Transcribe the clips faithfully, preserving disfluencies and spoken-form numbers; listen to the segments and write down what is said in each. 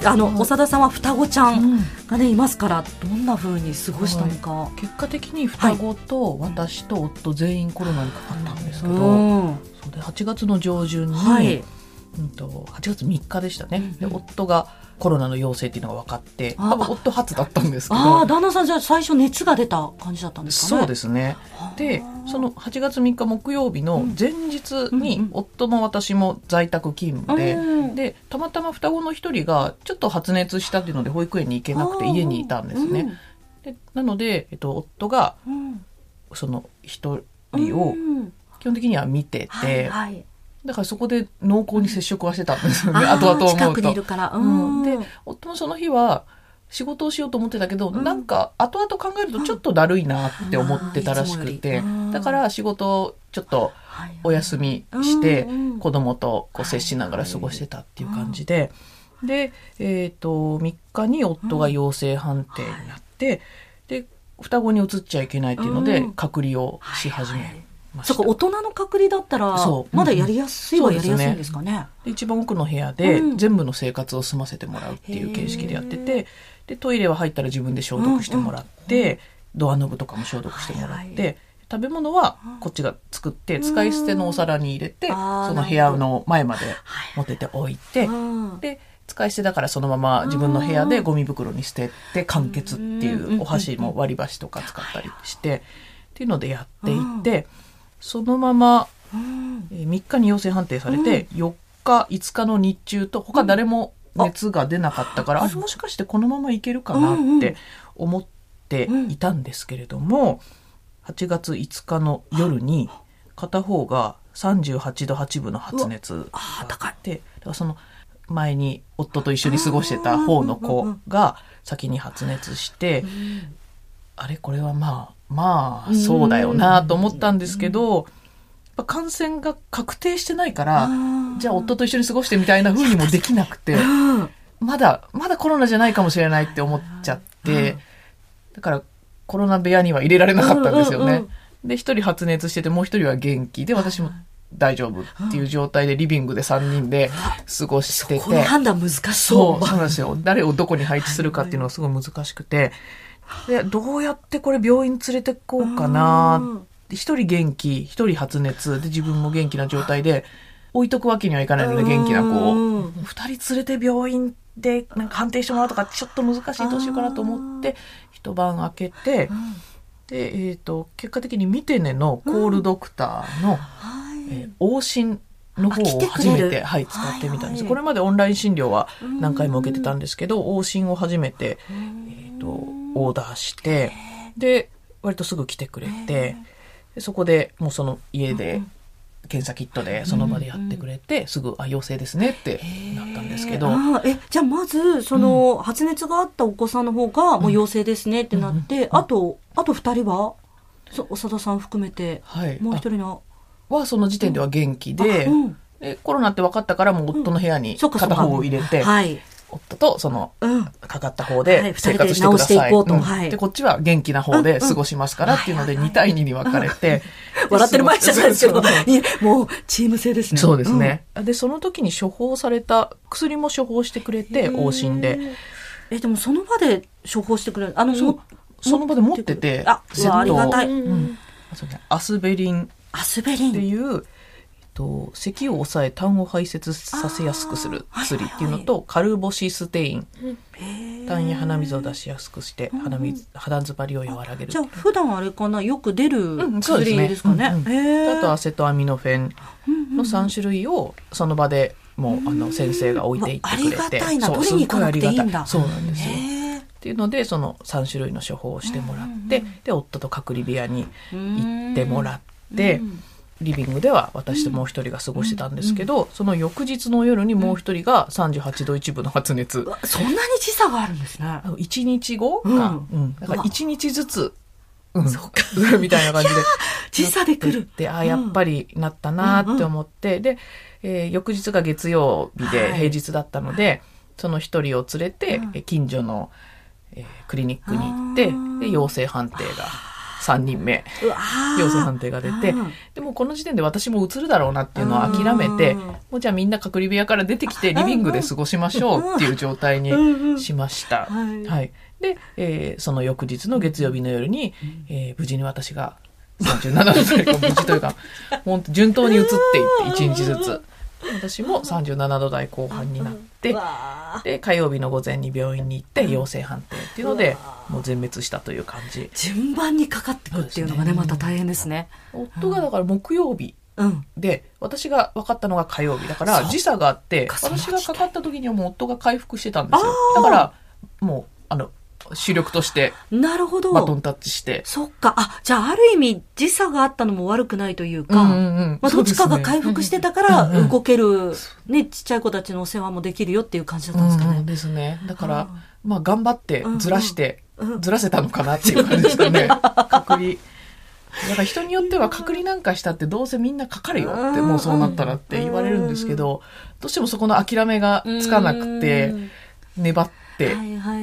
あの、長田さんは双子ちゃんが、ね、いますからどんな風に過ごしたのか、はい、 結果的に双子と私と夫全員コロナにかかったんですけど、 うん、 そうではちがつの上旬に、 はいうん、とはちがつみっかでしたね、うん、で夫がコロナの陽性っていうのが分かって、多分夫初だったんですけど、 ああ旦那さんじゃあ最初熱が出た感じだったんですかね。 そうですね。でそのはちがつみっか木曜日の前日に夫も私も在宅勤務で、うん、でたまたま双子の一人がちょっと発熱したっていうので保育園に行けなくて家にいたんですね、うん、でなので、えっと、夫がその一人を基本的には見てて、うんはいはいだからそこで濃厚に接触はしてたんですよね、後々思うと。 近くにいるから、うんうん、で夫もその日は仕事をしようと思ってたけど、うん、なんか後々考えるとちょっとだるいなって思ってたらしくて、うん、だから仕事をちょっとお休みして、うん、子供とこう接しながら過ごしてたっていう感じで、で、えーと、みっかに夫が陽性判定になって、で双子に移っちゃいけないっていうので隔離をし始める。 そこ大人の隔離だったらまだやりやすいはやりやすいんですかね。 でで一番奥の部屋で全部の生活を済ませてもらうっていう形式でやってて、でトイレは入ったら自分で消毒してもらって、うんうん、ドアノブとかも消毒してもらって、はいはい、食べ物はこっちが作って使い捨てのお皿に入れて、その部屋の前まで持ってて置いて、で使い捨てだからそのまま自分の部屋でゴミ袋に捨てて完結っていうお箸も割り箸とか使ったりしてっていうのでやっていってそのままみっかに陽性判定されてよっかいつかの日中と他誰も熱が出なかったから、あれもしかしてこのままいけるかなって思っていたんですけれども、はちがついつかの夜に片方がさんじゅうはちどはちぶの発熱があって、だからその前に夫と一緒に過ごしてた方の子が先に発熱して、あれこれはまあまあそうだよなと思ったんですけど、感染が確定してないからじゃあ夫と一緒に過ごしてみたいな風にもできなくて、まだまだコロナじゃないかもしれないって思っちゃって、だからコロナ部屋には入れられなかったんですよね。で一人発熱しててもう一人は元気で私も大丈夫っていう状態でリビングでさんにんで過ごしてて、 そこの判断難しそう。 そうそうなんですよ。誰をどこに配置するかっていうのがすごい難しくて、でどうやってこれ病院連れてこうかな、一人元気一人発熱で自分も元気な状態で置いとくわけにはいかないので、元気な子をふたり連れて病院でなんか判定してもらうとかちょっと難しい、どうしようかなと思って一晩明けて、で、えーと、結果的にミテネのコールドクターの、うんえー、往診の方を初めて、はい、使ってみたんです、はいはい、これまでオンライン診療は何回も受けてたんですけど、往診を初めて、えーと、オーダーしてで割とすぐ来てくれて、でそこでもうその家で検査キットでその場でやってくれて、うんうん、すぐあ陽性ですねってなったんですけど、 あえじゃあまずその、うん、発熱があったお子さんの方がもう陽性ですねってなって、うんうん、あとあとふたりはそ長田さん含めて、はい、もう一人のはその時点では元気で、うん、でコロナって分かったからもう夫の部屋に片方を入れて、うんはい、夫とその、うん、かかった方で生活してください、はい、うんはい、でこっちは元気な方で過ごしますからっていうのでにたいにに分かれて笑ってる場合じゃないですけどもうチーム制ですね。 そうですね、うん、でその時に処方された薬も処方してくれて往診でえでもその場で処方してくれるあのそ, その場で持っててあありがたい、うん、 アスベリンアスベリンっていうと咳を抑え痰を排泄させやすくする薬っていうのと、はいはい、カルボシステイン、痰や鼻水を出しやすくして、うん、鼻水肌詰まりを和らげる。 じゃあ普段あれかなよく出る薬ですかね、うん、そうですね、うんうん、 あとアセトアミノフェンのさんしゅるいをその場でもうあの先生が置いていってくれて、 ありがたいな、取りに行かなくていいんだ。 そうなんですよっていうのでそのさんしゅるいの処方をしてもらって、うんうん、で夫と隔離部屋に行ってもらって、うんうんリビングでは私ともう一人が過ごしてたんですけど、うんうん、その翌日の夜にもう一人がさんじゅうはちどいちぶの発熱、 うん、そんなに時差があるんですね。 いちにちごか、うんうん、だからいちにちずつ、うん、 そうかみたいな感じで時差で来るであやっぱりなったなって思って、うん、で、えー、翌日が月曜日で平日だったので、はい、その一人を連れて、うん、近所の、えー、クリニックに行ってで陽性判定がさんにんめ陽性判定が出て、でもこの時点で私もうつるだろうなっていうのを諦めて、もうじゃあみんな隔離部屋から出てきてリビングで過ごしましょうっていう状態にしました。はい。で、えー、その翌日の月曜日の夜に、えー、無事に私がさんじゅうななど台、無事というか、本当順当に移っていっていちにちずつ。私もさんじゅうななど台後半になって、で火曜日の午前に病院に行って陽性判定っていうので、もう全滅したという感じ。 順番にかかってくるっていうのがね、また大変ですね。 夫がだから木曜日で、私が分かったのが火曜日だから時差があって、私がかかった時にはもう夫が回復してたんですよ。だからもうあの主力としてなるほどバトンタッチして。 そっか。あ、じゃあある意味時差があったのも悪くないというか、うんうんうんまあ、どっちかが回復してたから動ける、うんうんね、ちっちゃい子たちのお世話もできるよっていう感じだったんですかね。 うんうん、ですね。だから、まあ頑張ってずらして、うんうん、ずらせたのかなっていう感じですかね。隔離。だから人によっては隔離なんかしたってどうせみんなかかるよって、もうそうなったらって言われるんですけど、どうしてもそこの諦めがつかなくて、粘って、はいはい、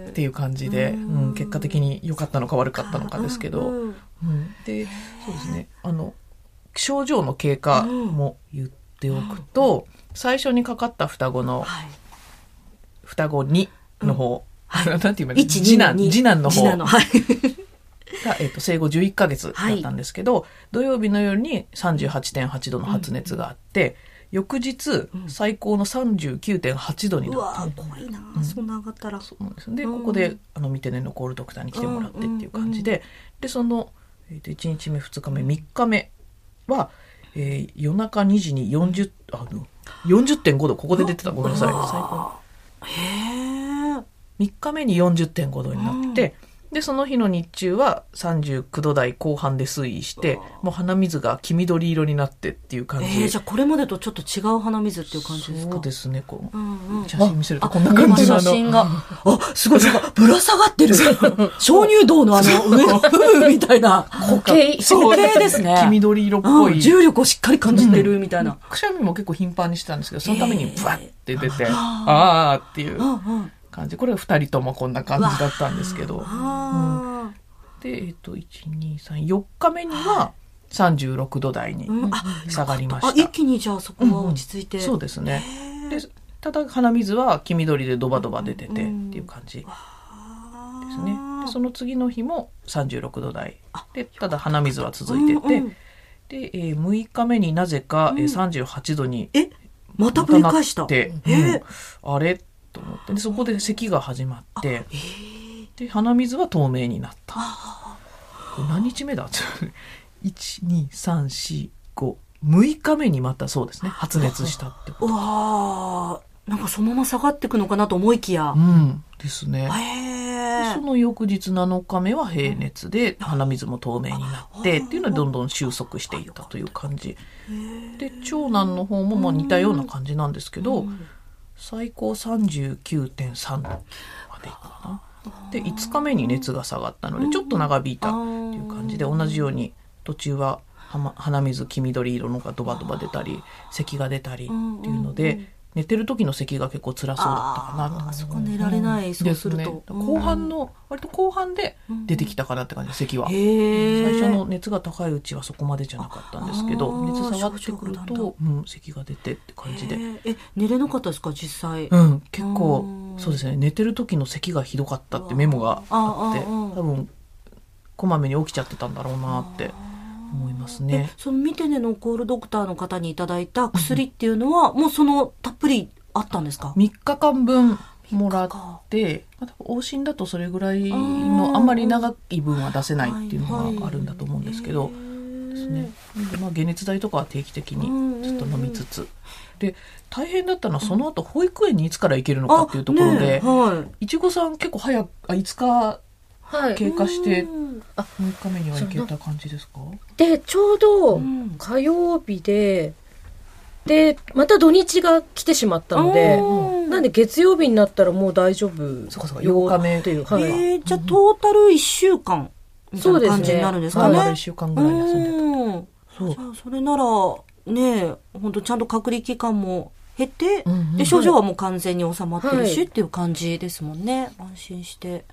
っていう感じで、うん、結果的に良かったのか悪かったのかですけど、うんうん、でそうですね、あの症状の経過も言っておくと、うん、最初にかかった双子の、はい、双子にの方、うんはい、なんて言うの次男次男の方の、はいが、えー、と生後じゅういっかげつだったんですけど、はい、土曜日の夜に さんじゅうはちてんはちどの発熱があって、うん翌日、うん、最高の さんじゅうきゅうてんはちどになった。うわ怖いな、うん、そんな上がったら。 そうなんです。で、うん、ここであのミテネのコールドクターに来てもらってっていう感じで、うんうん、でその、えー、といちにちめふつかめみっかめは、えー、夜中にじに よんじゅう, あの よんじゅってんごどここで出てたごめんなさい最高へみっかめに よんじゅってんごどになって、うんでその日の日中はさんじゅうきゅうど台後半で推移してもう鼻水が黄緑色になってっていう感じ、 えー、じゃあこれまでとちょっと違う鼻水っていう感じですか。 そうですねこう、うんうん、写真見せるとこんな感じの写真があすごいすごいぶら下がってる鍾乳洞のあの上部分みたいな固形固形ですね黄緑色っぽい、 うん、重力をしっかり感じてるみたいな、うん、 くしゃみも結構頻繁にしてたんですけどそのためにブワッて出て、えー、あーっていう感じこれはふたりともこんな感じだったんですけど、うんで、えっと、いち、に、さん、よっかめにはさんじゅうろくど台に下がりました。 うん、あ一気にじゃあそこは落ち着いて。 うん、そうですね。で、ただ鼻水は黄緑でドバドバ出ててっていう感じですね。でその次の日もさんじゅうろくど台で、ただ鼻水は続いてて、うんうん、で、えー、むいかめになぜか、うん、さんじゅうはちどにえまたぶり返した。 またなって、うん、あれと思ってでそこで咳が始まって。で鼻水は透明になった。何日目だいち、に、さん、し、ご、むいかめにまたそうですね発熱したってこと。 うわなんかそのまま下がっていくのかなと思いきや、 うん、ですね。へその翌日なのかめは平熱で鼻水も透明になってっていうのでどんどん収束していったという感じで長男の方もまあ似たような感じなんですけど、うん、最高 さんじゅうきゅうてんさんどまでいくかな。でいつかめに熱が下がったのでちょっと長引いたっていう感じで同じように途中は鼻水黄緑色のがドバドバ出たり咳が出たりっていうので寝てる時の咳が結構辛そうだったかなと。 あそこ寝られない、うん、そうすると、ね、 後半の割と後半で出てきたかなって感じで咳は最初の熱が高いうちはそこまでじゃなかったんですけど熱下がってくると、うん、咳が出てって感じでえ寝れなかったですか実際。 うん結構そうですね寝てる時の咳がひどかったってメモがあって多分こまめに起きちゃってたんだろうなって思いますね。 そのミテネのコールドクターの方にいただいた薬っていうのは、うん、もうそのたっぷりあったんですか。 みっかかんぶんもらって往診だとそれぐらいのあんまり長い分は出せないっていうのがあるんだと思うんですけど、はいはい、ですね。で、まあ、解熱剤とかは定期的にちょっと飲みつつで大変だったのはその後保育園にいつから行けるのかっていうところで、ねはい、いちごさん結構早くあいつか経過して、はい、あむいかめには行けた感じですか。 でちょうど火曜日で、うん、でまた土日が来てしまったのでなんで月曜日になったらもう大丈夫そうかそうかようかめという、 はいえー、じゃあトータルいっしゅうかんみたいな感じになるんですかね。 トータルいっしゅうかんぐらい休んでた。 そうじゃあそれならね本当ちゃんと隔離期間も減って、うんうん、で症状はもう完全に収まってるし、はい、っていう感じですもんね。安心して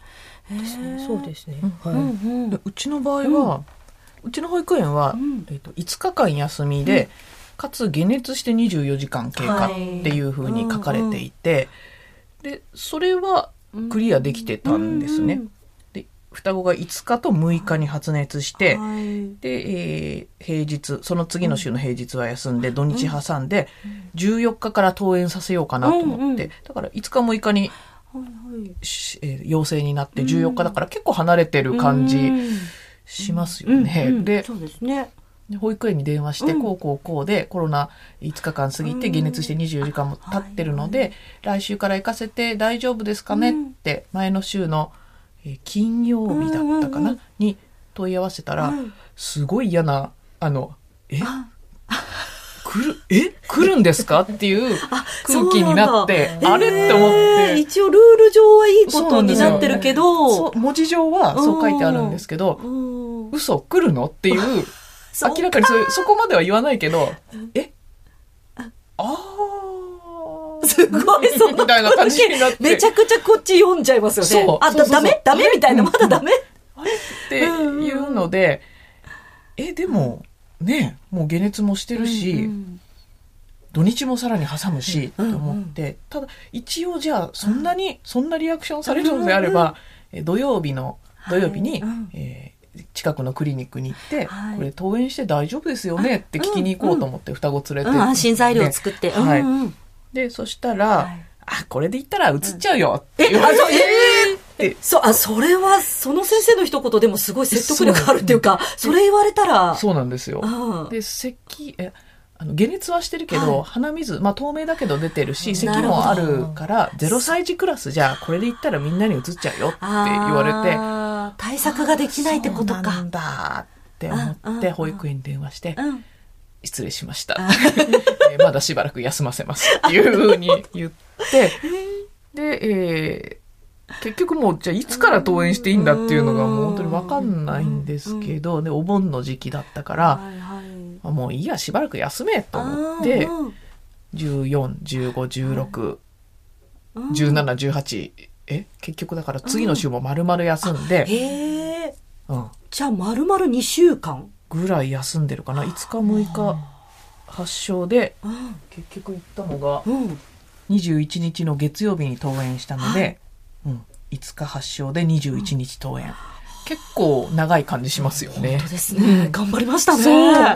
そうですね、 はいうんうん、でうちの場合は、うん、うちの保育園は、うんえー、といつかかん休みで、うん、かつ解熱してにじゅうよじかん経過っていうふうに書かれていて、はいうんうん、でそれはクリアできてたんですね、うんうん、で双子がいつかとむいかに発熱して、はい、で、えー、平日その次の週の平日は休んで、うん、土日挟んで、うん、じゅうよっかから登園させようかなと思って、うんうん、だからいつかむいかにはいはいえー、陽性になってじゅうよっかだから結構離れてる感じしますよね、 うんうん、 で、 そうですね、 保育園に電話して、うん、こうこうこうでコロナいつかかん過ぎて解熱してにじゅうよじかんも経ってるので、うんはいはい、来週から行かせて大丈夫ですかねって前の週の、えー、金曜日だったかな、うんうんうん、に問い合わせたら、うん、すごい嫌なあのえ来るえ来るんですかっていう空気になってあれって思って、 一応ルール上はいいことになってるけどそう文字上はそう書いてあるんですけど、嘘来るのっていう明らかにそういうそこまでは言わないけどえああすごいそのみたいな感じになってめちゃくちゃこっち読んじゃいますよね。そうあそうそうそうダメダメみたいなまだダメ、 うん、あれっていうので、うん、えでもねもう解熱もしてるし、うんうん、土日もさらに挟むし、うんうん、と思ってただ一応じゃあそんなに、うん、そんなリアクションされるのであれば、うんうん、土曜日の土曜日に、はいうんえー、近くのクリニックに行って、はい、これ登園して大丈夫ですよねって聞きに行こうと思って双子連れて、うんうん、 安心材料を作って、 はいうんうん、 でそしたら、はい、あこれで言ったら移っちゃうよって言われて、うん、ええー、そ, あそれはその先生の一言でもすごい説得力あるっていうか そ, それ言われたらそうなんですよ、うん、で咳えあの解熱はしてるけど、はい、鼻水、まあ、透明だけど出てるし咳もあるからゼロさい児クラスじゃこれで言ったらみんなに移っちゃうよって言われて対策ができないってことか。 そうなんだって思って保育園に電話して、うん、失礼しましたまだしばらく休ませますっていうふうに言ってで、えー、結局もうじゃあいつから登園していいんだっていうのがもう本当に分かんないんですけどでお盆の時期だったから、はいはいもういいやしばらく休めと思ってじゅうよん、じゅうご、じゅうろく、じゅうなな、じゅうはちえ結局だから次の週も丸々休んでへー、うん、じゃあ丸々にしゅうかんぐらい休んでるかないつかむいか発症で結局行ったのがにじゅういちにちの月曜日に登園したので、うん、いつか発症でにじゅういちにち登園結構長い感じしますよね。 本当ですね、うん、頑張りましたね。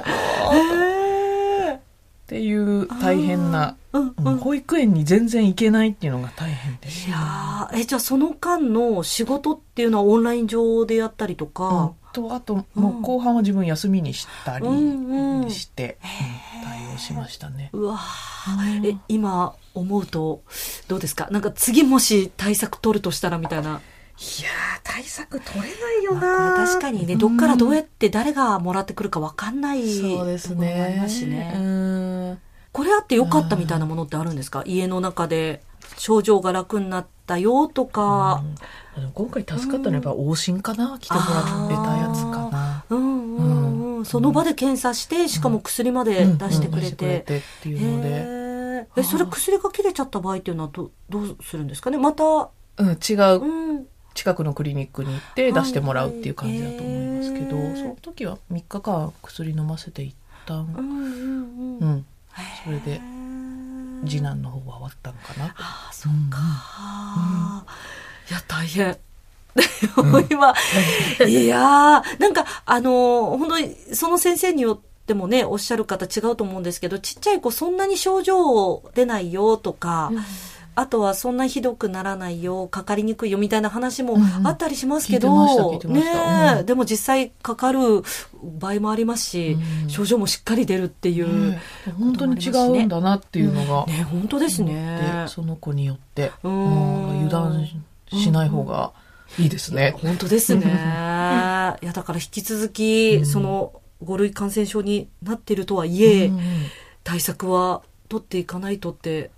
そうっていう大変な、うんうん、保育園に全然行けないっていうのが大変でした。 いやえじゃあその間の仕事っていうのはオンライン上でやったりとか、うん、 とあともう後半は自分休みにしたりして、うんうんうん、対応しましたね。 うわ、うん、え今思うとどうですかなんか次もし対策取るとしたらみたいな。 いやー対策取れないよな、 まあ、確かにね、うん、どっからどうやって誰がもらってくるか分かんないそうですねありますしね、うん、これあってよかったみたいなものってあるんですか、うん、家の中で症状が楽になったよとか、 うん、今回助かったのはやっぱ往診かな、来てもらってたやつかな、 うんうんうんうん、その場で検査してしかも薬まで出してくれて、うんうんうん、出してくれてっていうのでえそれ薬が切れちゃった場合っていうのは ど, どうするんですかねまた、 うん、違う、うん近くのクリニックに行って出してもらうっていう感じだと思いますけど、はいはい、その時はみっかかん薬飲ませて一旦、うんうんうん、それで次男の方は終わったのかな。 ああそっか、うん、いや大変今、うん、いやなんかあの本当にその先生によってもねおっしゃる方違うと思うんですけどちっちゃい子そんなに症状出ないよとか、うんあとはそんなひどくならないよかかりにくいよみたいな話もあったりしますけど、うんうん、ね、うん、でも実際かかる場合もありますし、うん、症状もしっかり出るっていう、ね、 本当に違うんだなっていうのが、 うん、ね本当ですねその子によって、うん、油断しない方がいいですね、 うん、本当ですねいやだから引き続き、うん、そのご類感染症になっているとはいえ、うん、対策は取っていかないとって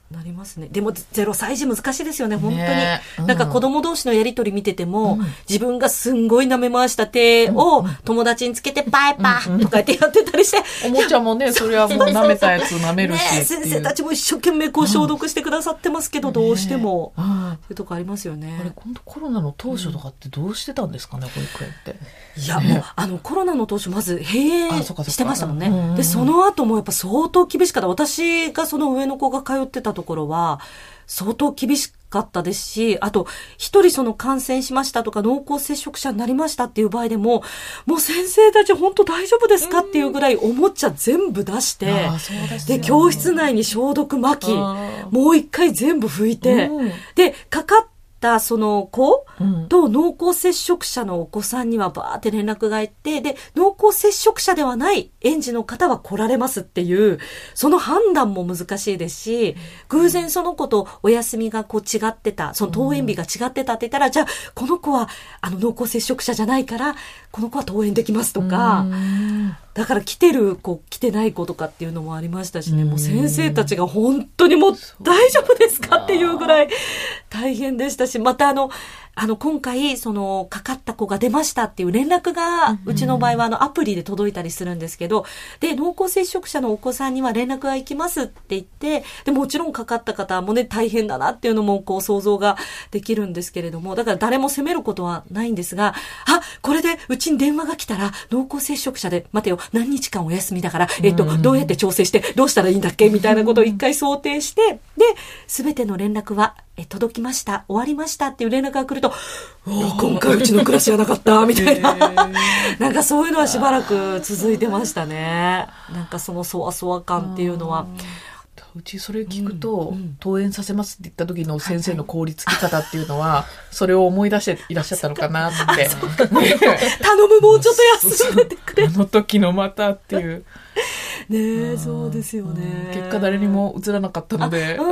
なりますね。でもゼロさい児難しいですよね、本当に。 ねうん、 なんか子供同士のやりとり見てても、うん、自分がすんごい舐め回した手を友達につけてパイパーとかってやってたりして。 おもちゃもね、それはもう舐めたやつ舐めるし。 ね、先生たちも一生懸命こう消毒してくださってますけど、うん、どうしても、ね、そういうとこありますよね。 あれ、今度コロナの当初とかってどうしてたんですかね、保育園って。 いや、もう、あの、コロナの当初、まず閉園してましたもんね。うんうんうん、で、その後もやっぱ相当厳しかった。私がその上の子が通ってたところは、相当厳しかったですし、あと、一人その感染しましたとか、濃厚接触者になりましたっていう場合でも、もう先生たち本当大丈夫ですかっていうぐらいおもちゃ全部出して、で、教室内に消毒巻き、もう一回全部拭いて、うん、で、かかってその子と濃厚接触者のお子さんにはバーって連絡がいって、で、濃厚接触者ではない園児の方は来られますっていう、その判断も難しいですし、偶然その子とお休みがこう違ってた、その登園日が違ってたって言ったら、じゃあ、この子はあの濃厚接触者じゃないから、この子は登園できますとか、だから来てる子、来てない子とかっていうのもありましたしね、もう先生たちが本当にもう大丈夫ですかっていうぐらい大変でしたし、またあの、あの、今回、その、かかった子が出ましたっていう連絡が、うちの場合はあの、アプリで届いたりするんですけど、で、濃厚接触者のお子さんには連絡が行きますって言って、で、もちろんかかった方もね、大変だなっていうのも、こう、想像ができるんですけれども、だから誰も責めることはないんですが、あ、これでうちに電話が来たら、濃厚接触者で、待てよ、何日間お休みだから、えっと、どうやって調整して、どうしたらいいんだっけみたいなことを一回想定して、で、すべての連絡は、え、届きました、終わりましたっていう連絡が来ると、今回うちのクラスやなかったみたいななんかそういうのはしばらく続いてましたね。なんかそのそわそわ感っていうのは。 うちそれ聞くと、うんうん、登園させますって言った時の先生の効率つき方っていうのは、はい、それを思い出していらっしゃったのかなって。 頼む、もうちょっと休んでてくれ。 あの時のまたっていう。 ねえ、そうですよね。 結果誰にも映らなかったので、うん、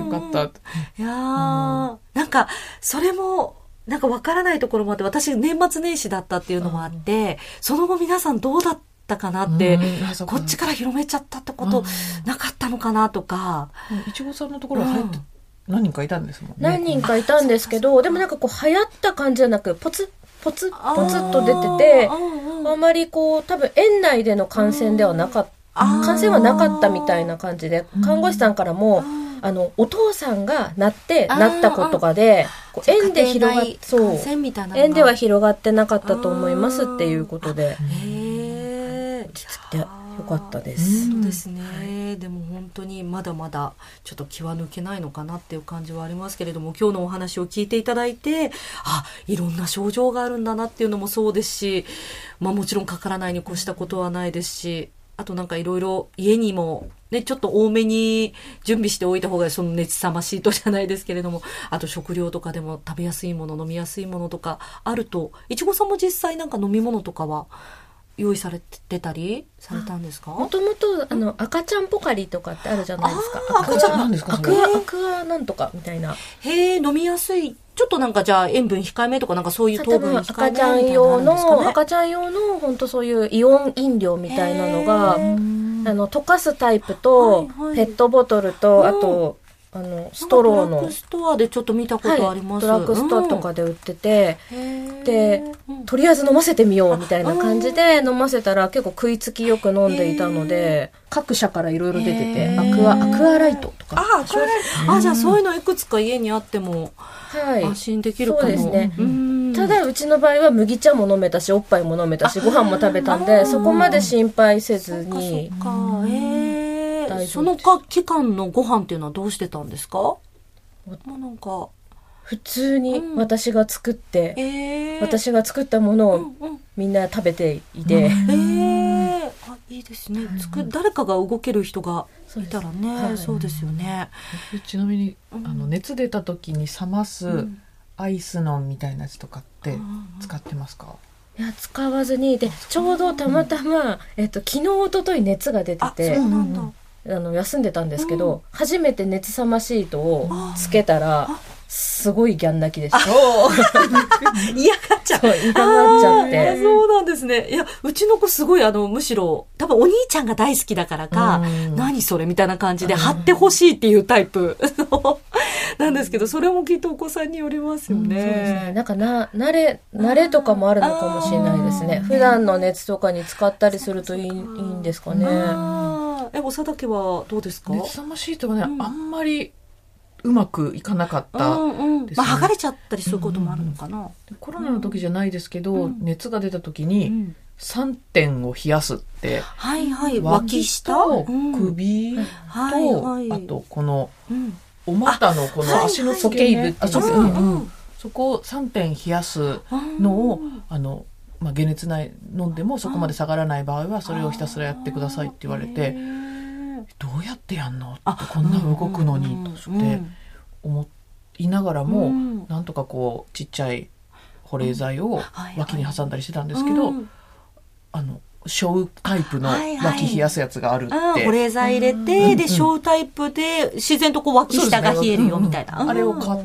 よかった。いやー、うん、なんか、それも、なんかわからないところもあって、私年末年始だったっていうのもあって、うん、その後皆さんどうだったかなって、うん、こっちから広めちゃったってことなかったのかなとか。 いちごさんのところは入って、うん、何人かいたんですもんね。 何人かいたんですけど、でもなんかこう流行った感じじゃなく、ポツッポツッポツッと出てて、あんまりこう多分園内での感染ではなかった。感染はなかったみたいな感じで、看護師さんからも、あの、お父さんがなって、なった子とかで、こう園で広がって、そう、園では広がってなかったと思いますっていうことで、へー、落ち着いてよかったです。 そうですね。でも本当にまだまだちょっと気は抜けないのかなっていう感じはありますけれども、今日のお話を聞いていただいて、あ、いろんな症状があるんだなっていうのもそうですし、まあもちろんかからないに越したことはないですし、あとなんかいろいろ家にもね、ちょっと多めに準備しておいた方が、その熱さまシートじゃないですけれども、あと食料とかでも食べやすいもの、飲みやすいものとかあると、いちごさんも実際なんか飲み物とかは用意されてたりされたんですか？ もともとあの赤ちゃんポカリとかってあるじゃないですか。 赤ちゃんなんですか？ アクア、アクアなんとかみたいな。 へえ、飲みやすい。ちょっとなんかじゃあ塩分控えめとかなんかそういう糖分控えめみたいな赤ちゃん用の、赤ちゃん用の本当そういうイオン飲料みたいなのが、あの溶かすタイプと、はいはい、ペットボトルと、あとあのストローのドラッグストアでちょっと見たことあります、 はい、ドラッグストアとかで売ってて、うん、でとりあえず飲ませてみようみたいな感じで飲ませたら結構食いつきよく飲んでいたので、各社からいろいろ出てて、アクアアクアライトとか、 あアクアライト、あじゃあそういうのいくつか家にあっても安心できるかも、 はい、そうですね、うん、ただうちの場合は麦茶も飲めたしおっぱいも飲めたしご飯も食べたんで、そこまで心配せずに。 そっかそっか、へー、その期間のご飯っていうのはどうしてたんですか？もうなんか普通に私が作って、うん、えー、私が作ったものをみんな食べていて、うんうん、 えー、あいいですね、つく誰かが動ける人がいたらね、はい、そうですよね。 ちなみにあの熱出た時に冷ますアイスノンみたいなやつとかって使ってますか？ いや使わずに、でちょうどたまたま、うん、えっと、昨日一昨日熱が出てて、 そうなんだ、 あの休んでたんですけど、うん、初めて熱さまシートをつけたらすごいギャン泣きでした。 嫌がっちゃう。 そう、嫌がっちゃって。 そうなんですね。いや、うちの子すごい、あの、むしろ、多分お兄ちゃんが大好きだからか、何それみたいな感じで貼ってほしいっていうタイプなんですけど、それもきっとお子さんによりますよね。うん、そうですね。 なんかな、慣れ、慣れとかもあるのかもしれないですね。普段の熱とかに使ったりするといい、いいんですかね。 え、おさだけはどうですか？ 熱さまシートはね、うん、あんまり、うまくいかなかったですね。うんうん、 まあ、剥がれちゃったりすることもあるのかな。うんうん、 コロナの時じゃないですけど、うん、熱が出た時にさんてんを冷やすって、うん、 はいはい、 脇と首と、うんはいはい、あとこのお股のこの足の付け根、あ、そこ、うんうん、そこをさんてん冷やすのを、あの、まあ、解熱内飲んでもそこまで下がらない場合はそれをひたすらやってくださいって言われて、どうやってやんのってこんな動くのにとして思いながらも、うん、なんとかこうちっちゃい保冷剤を脇に挟んだりしてたんですけど、うんはいはい、あのショウタイプの脇冷やすやつがあるって、はいはい、 保冷剤入れて、うん、でショウタイプで自然とこう脇下が冷えるよみたいな、 ね、あれを買って、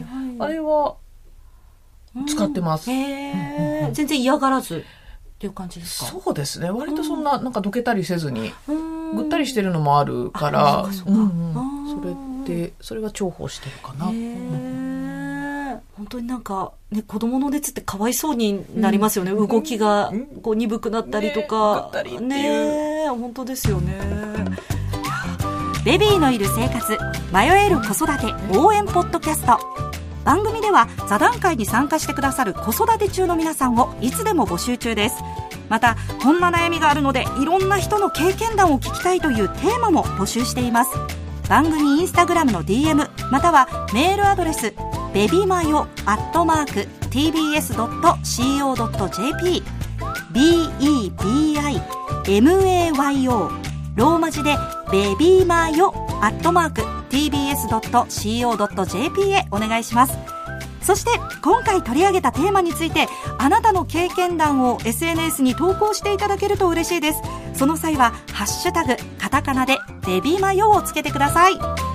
うん、あれは使ってます、 うんへー、全然嫌がらずっていう感じですか？ そうですね、割とそんな、うん、なんかどけたりせずに、うん、ぐったりしてるのもあるから、それってそれが重宝してるかな。 本当になんか、ね、子供の熱ってかわいそうになりますよね、うん、動きがこう鈍くなったりとか、 ね、ね本当ですよね。 ベビーのいる生活、迷える子育て応援ポッドキャスト。番組では座談会に参加してくださる子育て中の皆さんをいつでも募集中です。またこんな悩みがあるのでいろんな人の経験談を聞きたいというテーマも募集しています。番組インスタグラムの ディーエム またはメールアドレスベビマヨアットマーク ティービーエスドットシーオードットジェーピー ビーイービーアイエムエーワイオー ローマ字でベビーマヨアットマーク ティービーエスドットシーオードットジェーピー へお願いします。そして今回取り上げたテーマについてあなたの経験談を エスエヌエス に投稿していただけると嬉しいです。その際はハッシュタグカタカナでベビーマヨをつけてください。